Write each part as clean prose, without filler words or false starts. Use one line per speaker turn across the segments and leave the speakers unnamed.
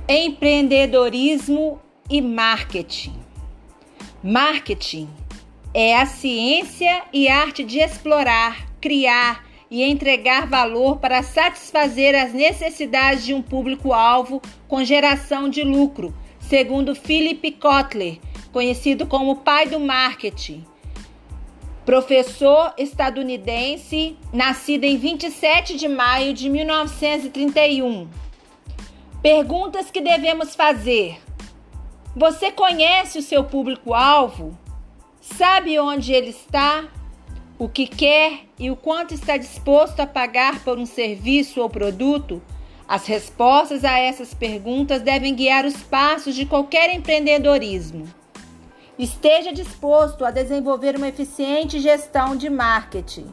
Empreendedorismo e marketing. Marketing é a ciência e arte de explorar, criar e entregar valor para satisfazer as necessidades de um público-alvo com geração de lucro, segundo Philip Kotler, conhecido como pai do marketing. Professor estadunidense, nascido em 27 de maio de 1931. Perguntas que devemos fazer. Você conhece o seu público-alvo? Sabe onde ele está? O que quer e o quanto está disposto a pagar por um serviço ou produto? As respostas a essas perguntas devem guiar os passos de qualquer empreendedorismo. Esteja disposto a desenvolver uma eficiente gestão de marketing,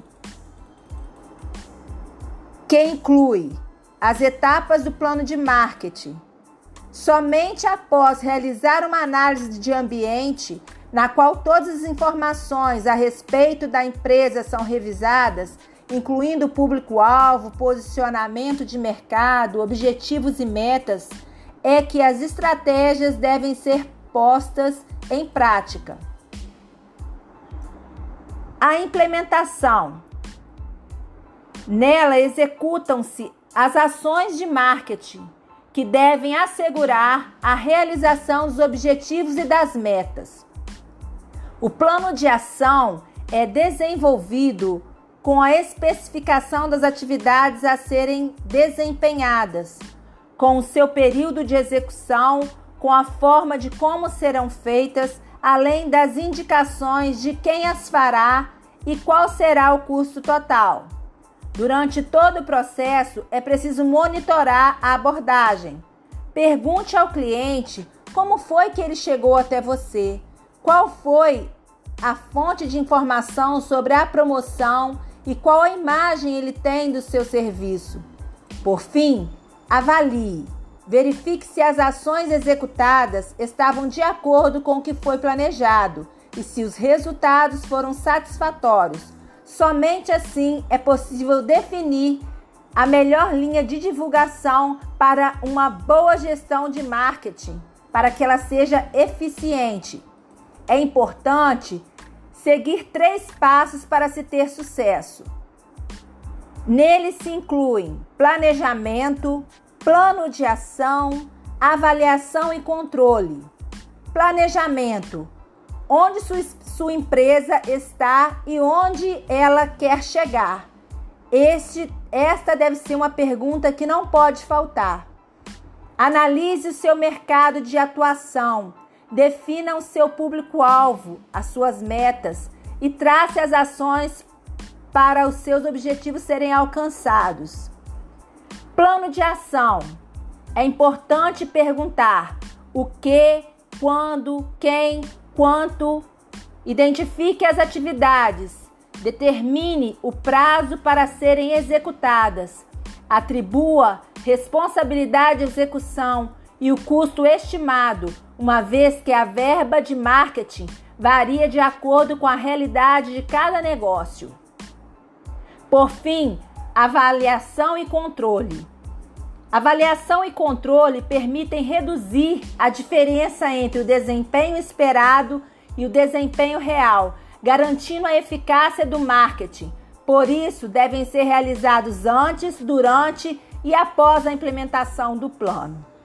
que inclui as etapas do plano de marketing. Somente após realizar uma análise de ambiente, na qual todas as informações a respeito da empresa são revisadas, incluindo o público-alvo, posicionamento de mercado, objetivos e metas, é que as estratégias devem ser postas em prática. A implementação. Nela executam-se as ações de marketing, que devem assegurar a realização dos objetivos e das metas. O plano de ação é desenvolvido com a especificação das atividades a serem desempenhadas, com o seu período de execução, com a forma de como serão feitas, além das indicações de quem as fará e qual será o custo total. Durante todo o processo, é preciso monitorar a abordagem. Pergunte ao cliente como foi que ele chegou até você, qual foi a fonte de informação sobre a promoção e qual a imagem ele tem do seu serviço. Por fim, avalie. Verifique se as ações executadas estavam de acordo com o que foi planejado e se os resultados foram satisfatórios. Somente assim é possível definir a melhor linha de divulgação para uma boa gestão de marketing, para que ela seja eficiente. É importante seguir 3 passos para se ter sucesso. Neles se incluem planejamento, plano de ação, avaliação e controle. Planejamento. Onde sua empresa está e onde ela quer chegar? Esta deve ser uma pergunta que não pode faltar. Analise o seu mercado de atuação. Defina o seu público-alvo, as suas metas e trace as ações para os seus objetivos serem alcançados. Plano de ação. É importante perguntar o que, quando, quem, quanto. Identifique as atividades. Determine o prazo para serem executadas. Atribua responsabilidade de execução e o custo estimado, uma vez que a verba de marketing varia de acordo com a realidade de cada negócio. Por fim, avaliação e controle. Avaliação e controle permitem reduzir a diferença entre o desempenho esperado e o desempenho real, garantindo a eficácia do marketing. Por isso, devem ser realizados antes, durante e após a implementação do plano.